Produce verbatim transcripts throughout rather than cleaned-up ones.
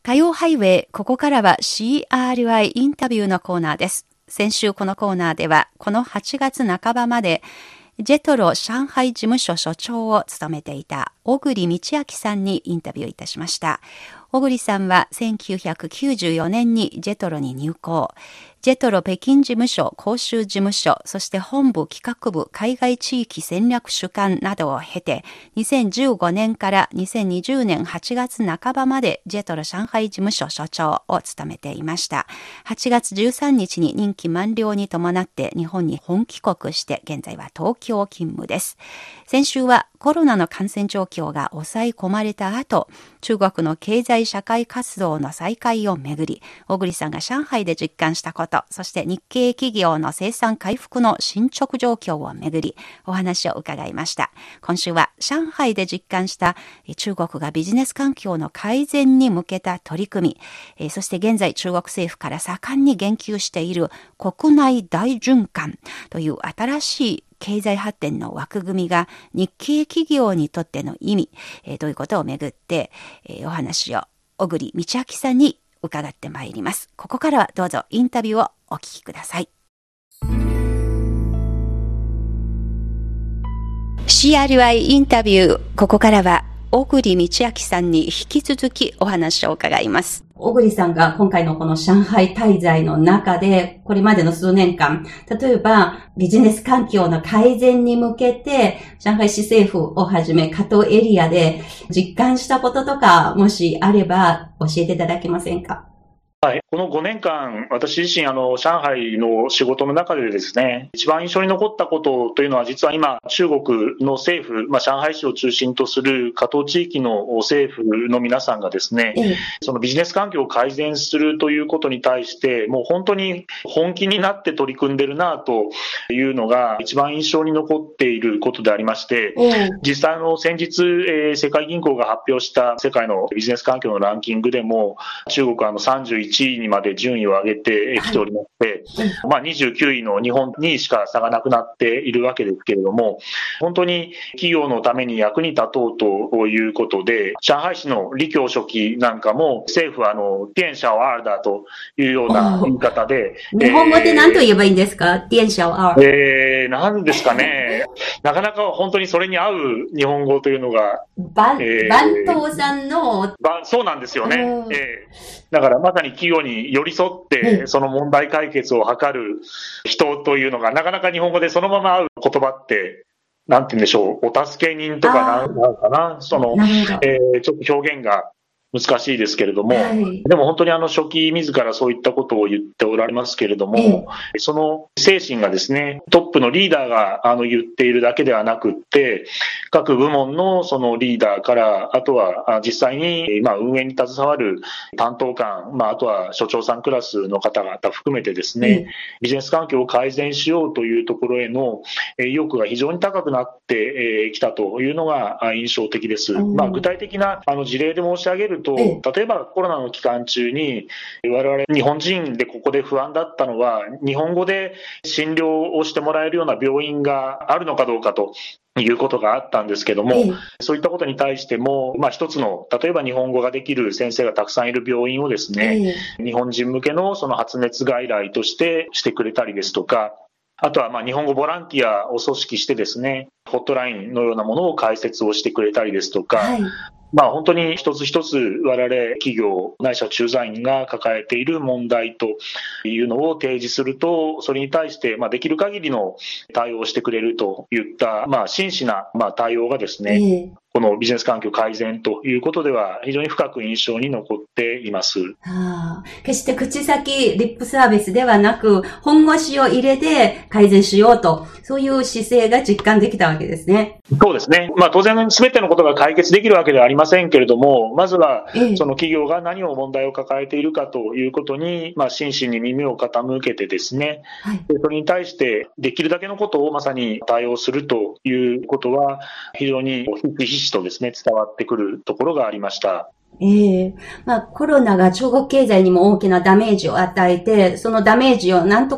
火曜ハイウェイ、ここからは シーアールアイ インタビューのコーナーです。先週このコーナーでは、このはちがつなかばまで、ジェトロ上海事務所所長を務めていた小栗道明さんにインタビューいたしました。小栗さんはせんきゅうひゃくきゅうじゅうよねんにジェトロに入行。ジェトロ北京事務所、広州事務所、そして本部企画部海外地域戦略主幹などを経て、にせんじゅうごねんからにせんにじゅうねんはちがつなかばまでジェトロ上海事務所所長を務めていました。はちがつじゅうさんにちに任期満了に伴って日本に本帰国して、現在は東京勤務です。先週はコロナの感染状況が抑え込まれた後、中国の経済社会活動の再開をめぐり、小栗さんが上海で実感したこと、そして日系企業の生産回復の進捗状況をめぐり、お話を伺いました。今週は上海で実感した中国がビジネス環境の改善に向けた取り組み、そして現在中国政府から盛んに言及している国内大循環という新しい経済発展の枠組みが日系企業にとっての意味、えー、どういうことをめぐって、えー、お話を小栗道明さんに伺ってまいります。ここからはどうぞインタビューをお聞きください。シーアールアイ インタビュー、ここからは小栗道明さんに引き続きお話を伺います。小栗さんが今回のこの上海滞在の中で、これまでの数年間、例えばビジネス環境の改善に向けて、上海市政府をはじめ加東エリアで実感したこととか、もしあれば教えていただけませんか？ はい、このごねんかん、私自身、あの、上海の仕事の中でですね、一番印象に残ったことというのは、実は今、中国の政府、まあ、上海市を中心とする加東地域の政府の皆さんがですね、うん、そのビジネス環境を改善するということに対して、もう本当に本気になって取り組んでるなというのが、一番印象に残っていることでありまして、うん、実際の先日、えー、世界銀行が発表した世界のビジネス環境のランキングでも、中国はあのさんじゅういちいにまで順位を上げてきておりまして、はい、まあ、にじゅうきゅういの日本にしか差がなくなっているわけですけれども、本当に企業のために役に立とうということで、上海市の李強書記なんかも、政府はあの、電車をアールだというような言い方で。 日本語で何と言えばいいんですか？電車をアール。 えー、なんですかね。なかなか本当にそれに合う日本語というのが。 バン、えー、バントさんの。 そうなんですよね。えー、だからまさに企業に寄り添ってその問題解決を図る人というのがなかなか日本語でそのまま合う言葉ってなんて言うんでしょう、お助け人とかなんなのかな、その、えー、ちょっと表現が難しいですけれども、はい、でも本当にあの初期自らそういったことを言っておられますけれども、ええ、その精神がですね、トップのリーダーがあの言っているだけではなくって、各部門のそのリーダーから、あとは実際にまあ運営に携わる担当官、まあ、あとは所長さんクラスの方々含めてですね、え、ビジネス環境を改善しようというところへの意欲が非常に高くなってきたというのが印象的です。うん、まあ、具体的なあの事例で申し上げると、例えばコロナの期間中に我々日本人でここで不安だったのは、日本語で診療をしてもらえるような病院があるのかどうかということがあったんですけども、そういったことに対しても、まあ一つの、例えば日本語ができる先生がたくさんいる病院をですね、日本人向けのその発熱外来としてしてくれたりですとか、あとはまあ日本語ボランティアを組織してですね、ホットラインのようなものを開設をしてくれたりですとか、はい、まあ本当に一つ一つ我々企業ないしは駐在員が抱えている問題というのを提示すると、それに対してまあできる限りの対応をしてくれるといったまあ真摯なまあ対応がですね、えーこのビジネス環境改善ということでは非常に深く印象に残っています。 はあ、決して口先リップサービスではなく、本腰を入れて改善しようと、そういう姿勢が実感できたわけですね。 そうですね。まあ当然全てのことが解決できるわけではありませんけれども、まずはその企業が何を問題を抱えているかということに、まあ真摯に耳を傾けてですね、はい、それに対してできるだけのことをまさに対応するということは非常にひしひしとですね、伝わってくるところがありました。 ええー、まあコロナが中国経済にも大きなダメージを与えて、そのダメージをなんとか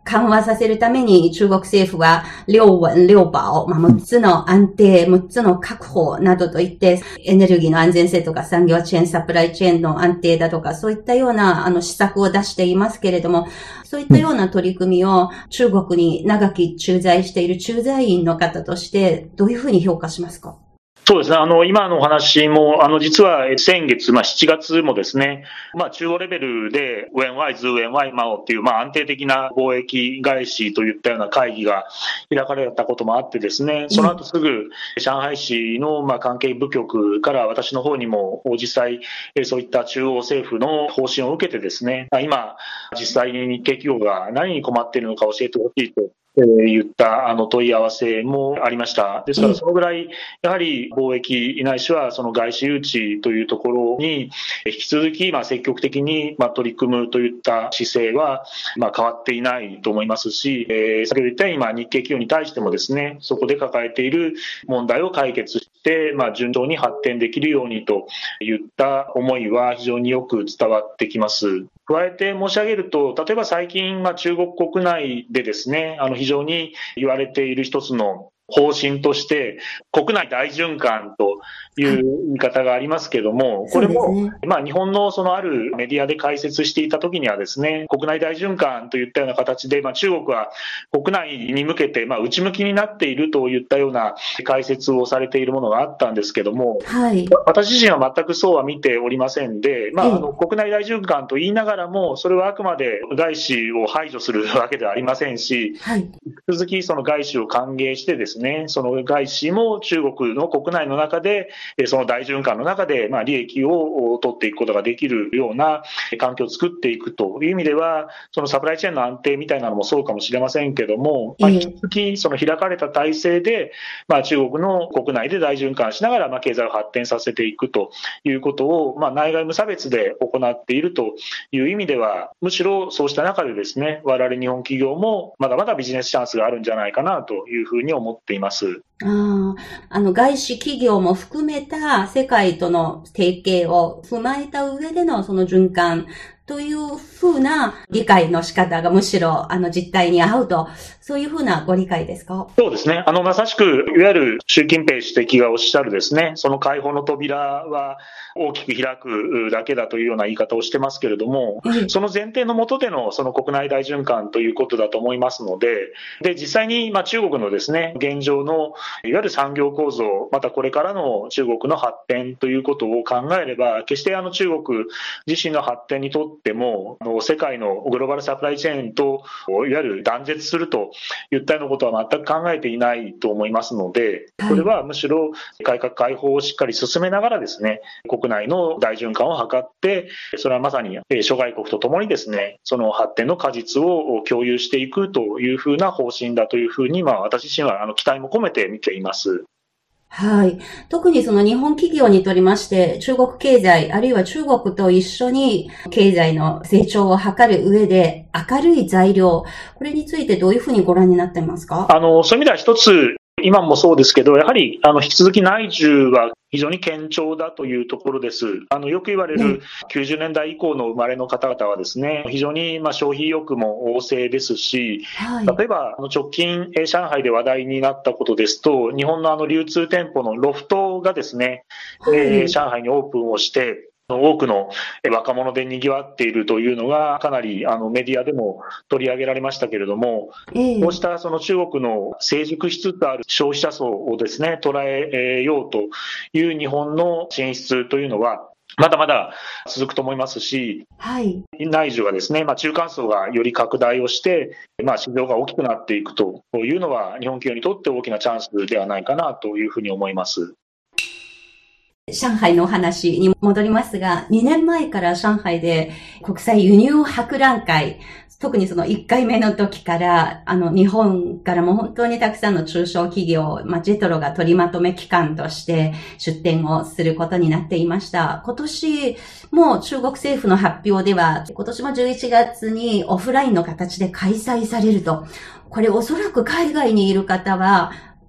緩和させるために中国政府は、六穩六保、まあ、むっつの安定、むっつの確保などといって、エネルギーの安全性とか産業チェーン、サプライチェーンの安定だとか、そういったような、あの、施策を出していますけれども、そういったような取り組みを中国に長き駐在している駐在員の方として、どういうふうに評価しますか？ そうですね。あの、今のお話も、あの、実は先月、まあ、しちがつもですね、まあ、中央レベルで、ウェンワイズ、ウェンワイマオっていう、まあ、安定的な貿易外資といったような会議が開かれたこともあってですね、その後すぐ、上海市の、まあ、関係部局から私の方にも、実際、そういった中央政府の方針を受けてですね、今、実際に日系企業が何に困っているのか教えてほしいと。言ったあの問い合わせもありました。ですからそのぐらいやはり貿易ないしはその外資誘致というところに引き続きまあ積極的にまあ取り組むといった姿勢はまあ変わっていないと思いますし、えー、先ほど言ったようにまあ日系企業に対してもですね、そこで抱えている問題を解決してまあ順調に発展できるようにといった思いは非常によく伝わってきます。加えて申し上げると、例えば最近、まあ、中国国内でですね、あの非常に言われている一つの方針として、国内大循環という言い方がありますけども、これも、ね、まあ日本のそのあるメディアで解説していたときにはですね、国内大循環といったような形で、まあ中国は国内に向けて、まあ内向きになっているといったような解説をされているものがあったんですけども、はい、私自身は全くそうは見ておりませんで、まああの国内大循環と言いながらも、それはあくまで外資を排除するわけではありませんし、はい、引き続きその外資を歓迎してですね、その外資も中国の国内の中で、その大循環の中で、まあ、利益を取っていくことができるような環境を作っていくという意味では、そのサプライチェーンの安定みたいなのもそうかもしれませんけども、まあ、引き続きその開かれた体制で、まあ、中国の国内で大循環しながら、まあ、経済を発展させていくということを、まあ、内外無差別で行っているという意味では、むしろそうした中でですね、我々日本企業もまだまだビジネスチャンスがあるんじゃないかなというふうに思っています。 ああの、外資企業も含めた世界との提携を踏まえた上でのその循環というふうな理解の仕方がむしろあの実態に合うと、そういうふうなご理解ですか？ そうですね。あの、まさしく、いわゆる習近平主席がおっしゃるですね、その解放の扉は大きく開くだけだというような言い方をしてますけれども、うん、その前提の下でのその国内大循環ということだと思いますので、で、実際にまあ中国のですね、現状のいわゆる産業構造、またこれからの中国の発展ということを考えれば、決してあの中国自身の発展にとっても、世界のグローバルサプライチェーンといわゆる断絶するといったようなことは全く考えていないと思いますので、これはむしろ改革開放をしっかり進めながらですね、国内の大循環を図って、それはまさに諸外国とともにですね、その発展の果実を共有していくというふうな方針だというふうに、まあ私自身はあの期待も込めて見ています。 はい。特にその日本企業にとりまして、中国経済、あるいは中国と一緒に経済の成長を図る上で明るい材料、これについてどういうふうにご覧になっていますか？ あの、そういう意味では一つ、今もそうですけど、やはり、あの、引き続き内需は非常に堅調だというところです。あの、よく言われるきゅうじゅうねんだい以降の生まれの方々はですね、非常にまあ消費意欲も旺盛ですし、はい、例えば、あの直近、上海で話題になったことですと、日本のあの流通店舗のロフトがですね、はい、えー、上海にオープンをして、多くの若者で賑わっているというのがかなりあのメディアでも取り上げられましたけれども、えー、こうしたその中国の成熟しつつある消費者層をですね、捉えようという日本の進出というのは、まだまだ続くと思いますし、はい、内需がですね、まあ、中間層がより拡大をして、まあ、市場が大きくなっていくというのは、日本企業にとって大きなチャンスではないかなというふうに思います。 上海のお話に戻りますが、にねんまえから上海で国際輸入博覧会、特にそのいっかいめの時から、あの、日本からも本当にたくさんの中小企業、まあ、ジェトロが取りまとめ機関として出展をすることになっていました。今年も中国政府の発表では、今年もじゅういちがつにオフラインの形で開催されると。これおそらく海外にいる方は、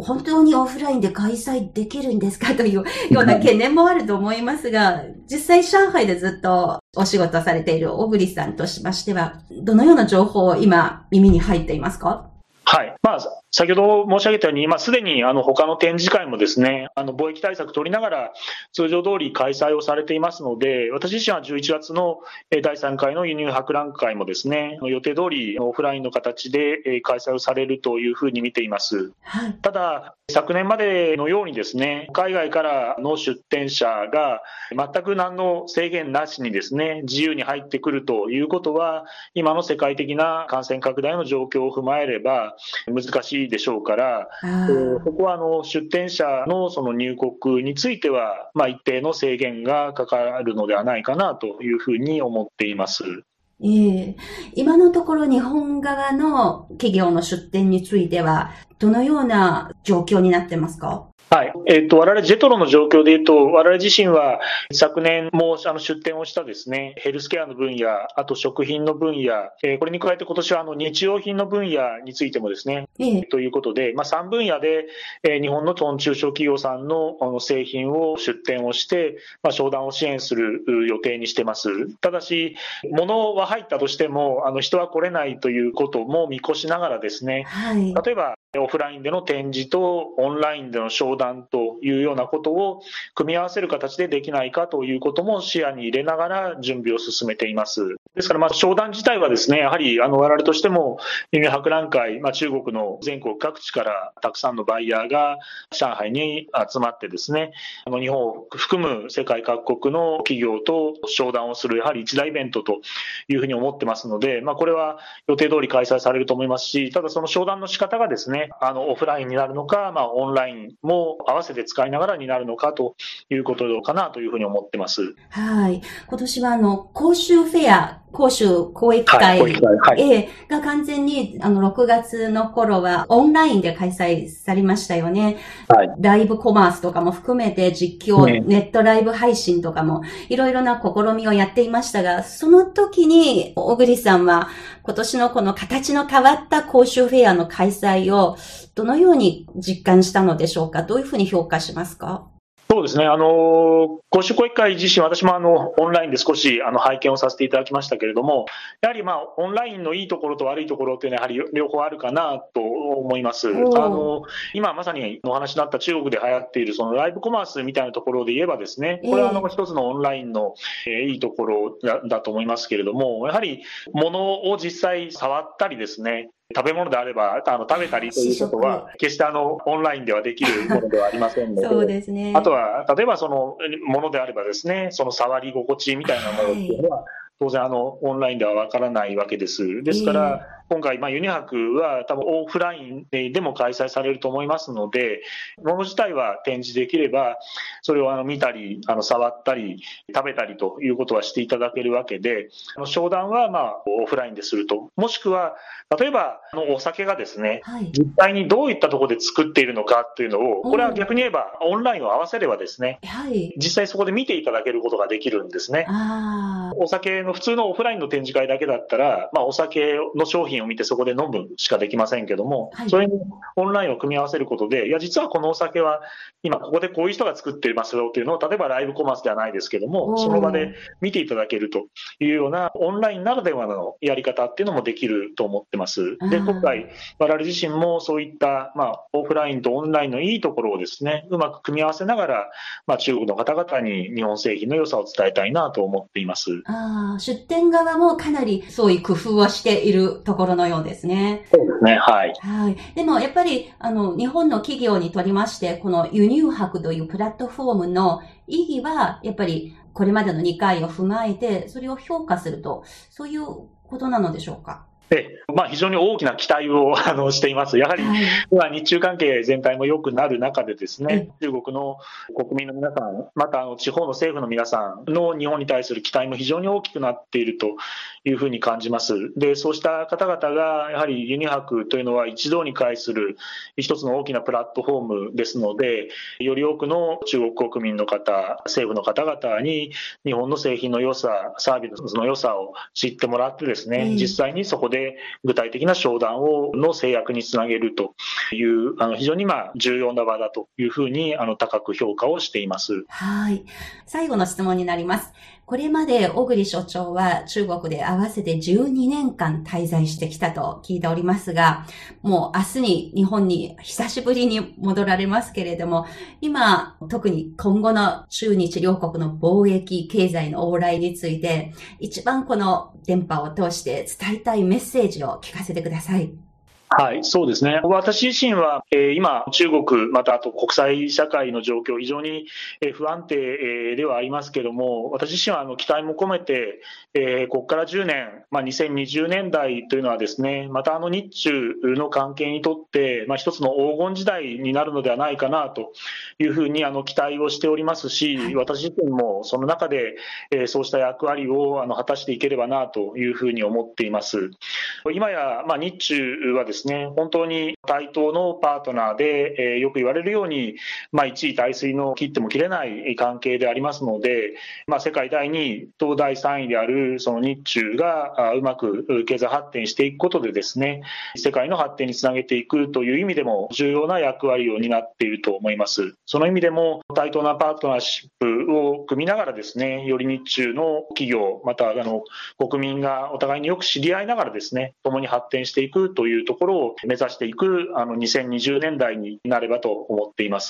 本当にオフラインで開催できるんですかというような懸念もあると思いますが、実際上海でずっとお仕事されている小栗さんとしましては、どのような情報を今耳に入っていますか？ はい。まあ、先ほど申し上げたように、まあ、すでにあの他の展示会もですね、あの貿易対策取りながら通常通り開催をされていますので、私自身はじゅういちがつのだいさんかいの輸入博覧会もですね、予定通りオフラインの形で開催をされるというふうに見ています。はい、ただ、昨年までのようにですね、海外からの出展者が全く何の制限なしにですね、自由に入ってくるということは、今の世界的な感染拡大の状況を踏まえれば難しいでしょうから、ここはあの出展者のその入国については、まあ、一定の制限がかかるのではないかなというふうに思っています。 えー、今のところ日本側の企業の出展についてはどのような状況になってますか？ はい。えっと、我々ジェトロの状況で言うと、我々自身は昨年もあの出展をしたですね、ヘルスケアの分野、あと食品の分野、えー、これに加えて今年はあの日用品の分野についてもですね、ええということで、まあ、さんぶんやで、えー、日本の中小企業さんのあの製品を出展をして、まあ、商談を支援する予定にしています。ただし、物は入ったとしても、あの人は来れないということも見越しながらですね、はい、例えばオフラインでの展示とオンラインでの商談というようなことを組み合わせる形でできないかということも視野に入れながら準備を進めています。ですから、まあ商談自体はですね、やはりあの我々としても輸入博覧会、まあ、中国の全国各地からたくさんのバイヤーが上海に集まってですね、あの日本を含む世界各国の企業と商談をするやはり一大イベントというふうに思ってますので、まあ、これは予定通り開催されると思いますし、ただその商談の仕方がですね、あのオフラインになるのか、まあ、オンラインも合わせて使いながらになるのかということかなというふうに思ってます。 はい。今年はあの、広州フェア、広州交易会、はいはい、が完全にあのろくがつの頃はオンラインで開催されましたよね。はい、ライブコマースとかも含めて実況、ね、ネットライブ配信とかもいろいろな試みをやっていましたが、その時に小栗さんは今年のこの形の変わった広州フェアの開催をどのように実感したのでしょうか？どういうふうに評価しますか？ そうですね。あの、広州交易会自身、私もあの、オンラインで少しあの拝見をさせていただきましたけれども、やはりまあ、オンラインのいいところと悪いところというのはやはり両方あるかなと思います。あの、今まさにお話になった中国で流行っているそのライブコマースみたいなところで言えばですね、これはあの、一つのオンラインの、えー、いいところだ、だと思いますけれども、やはり物を実際触ったりですね、食べ物であればあの食べたりということは決してあのオンラインではできるものではありませんので、そうですね、あとは例えばそのものであればですね、その触り心地みたいなものっていうのは、はい、当然あのオンラインではわからないわけです。ですから、えー、今回、まあ、輸入博は多分オフラインでも開催されると思いますので、もの自体は展示できれば、それをあの見たり、あの触ったり、食べたりということはしていただけるわけで、商談はまあオフラインですると。もしくは、例えばあのお酒がですね、はい、実際にどういったところで作っているのかというのを、これは逆に言えばオンラインを合わせればですね、はい、実際そこで見ていただけることができるんですね。あお酒の普通のオフラインの展示会だけだったら、まあ、お酒の商品を見てそこで飲むしかできませんけども、はい、それにオンラインを組み合わせることで、いや実はこのお酒は今ここでこういう人が作っていますよというのを、例えばライブコマースではないですけども、その場で見ていただけるというようなオンラインならではのやり方っていうのもできると思ってます。で、今回我々自身もそういった、まあ、オフラインとオンラインのいいところをですね、うまく組み合わせながら、まあ、中国の方々に日本製品の良さを伝えたいなと思っています。 あ、出店側もかなりそういう工夫をしているところのようですね。 そうですね、はい。 はい。でもやっぱりあの日本の企業にとりまして、この輸入博というプラットフォームの意義はやっぱりこれまでのにかいを踏まえてそれを評価すると、そういうことなのでしょうか？ でまあ、非常に大きな期待をあのしています。やはり、はい、日中関係全体も良くなる中でですね、中国の国民の皆さん、またあの地方の政府の皆さんの日本に対する期待も非常に大きくなっているというふうに感じます。で、そうした方々がやはり輸入博というのは一堂に会する一つの大きなプラットフォームですので、より多くの中国国民の方、政府の方々に日本の製品の良さ、サービスの良さを知ってもらってですね、実際にそこでで具体的な商談をの制約につなげるというあの非常にまあ重要な場だというふうにあの高く評価をしています。 はい。最後の質問になります。これまで小栗所長は中国で合わせてじゅうにねんかん滞在してきたと聞いておりますが、もう明日に日本に久しぶりに戻られますけれども、今特に今後の中日両国の貿易経済の往来について一番この電波を通して伝えたいメッセージを聞かせてください。 はい、そうですね。私自身は、えー、今、中国、またあと国際社会の状況、非常に不安定ではありますけれども、私自身はあの期待も込めて、えー、ここからじゅうねん、まあ、にせんにじゅうねんだいというのはですね、またあの日中の関係にとって、まあ、一つの黄金時代になるのではないかなというふうにあの期待をしておりますし、私自身もその中で、えー、そうした役割をあの果たしていければなというふうに思っています。今や、まあ、日中はですね、本当に対等のパートナーで、えー、よく言われるように、まあ、一位体水の切っても切れない関係でありますので、まあ、世界だいにいとだいさんいであるその日中がうまく経済発展していくことでですね、世界の発展につなげていくという意味でも重要な役割を担っていると思います。その意味でも対等なパートナーシップを組みながらですね、より日中の企業、またあの国民がお互いによく知り合いながらですね、共に発展していくというところを目指していくあのにせんにじゅうねんだいになればと思っています。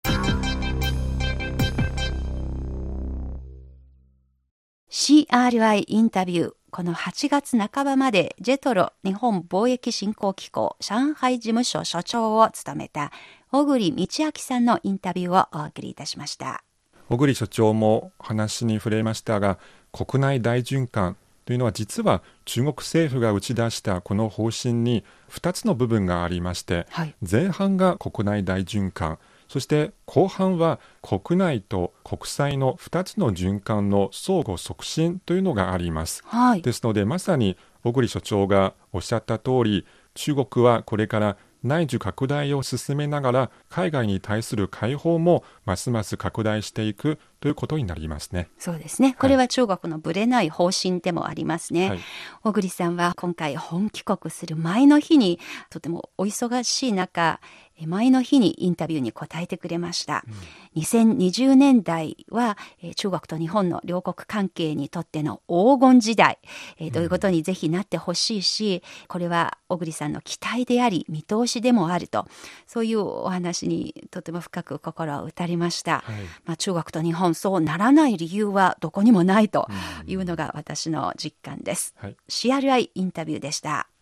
シーアールアイ インタビュー。このはちがつなかばまでジェトロ日本貿易振興機構上海事務所所長を務めた小栗道明さんのインタビューをお送りいたしました。 小栗所長も話に触れましたが、国内大循環というのは実は中国政府が打ち出したこの方針にふたつの部分がありまして、はい、前半が国内大循環、そして後半は国内と国際のふたつの循環の相互促進というのがあります、はい、ですのでまさに小栗所長がおっしゃった通り、中国はこれから内需拡大を進めながら海外に対する開放もますます拡大していくということになりますね。 そうですね。これは中国のぶれない方針でもありますね、はい、小栗さんは今回本帰国する前の日にとてもお忙しい中、前の日にインタビューに答えてくれました、うん、にせんにじゅうねんだいは中国と日本の両国関係にとっての黄金時代、うん、ということにぜひなってほしいし、これは小栗さんの期待であり見通しでもあると、そういうお話にとても深く心を打たれました、はい、まあ、中国と日本そうならない理由はどこにもないというのが私の実感です、はい、シーアールアイ インタビューでした。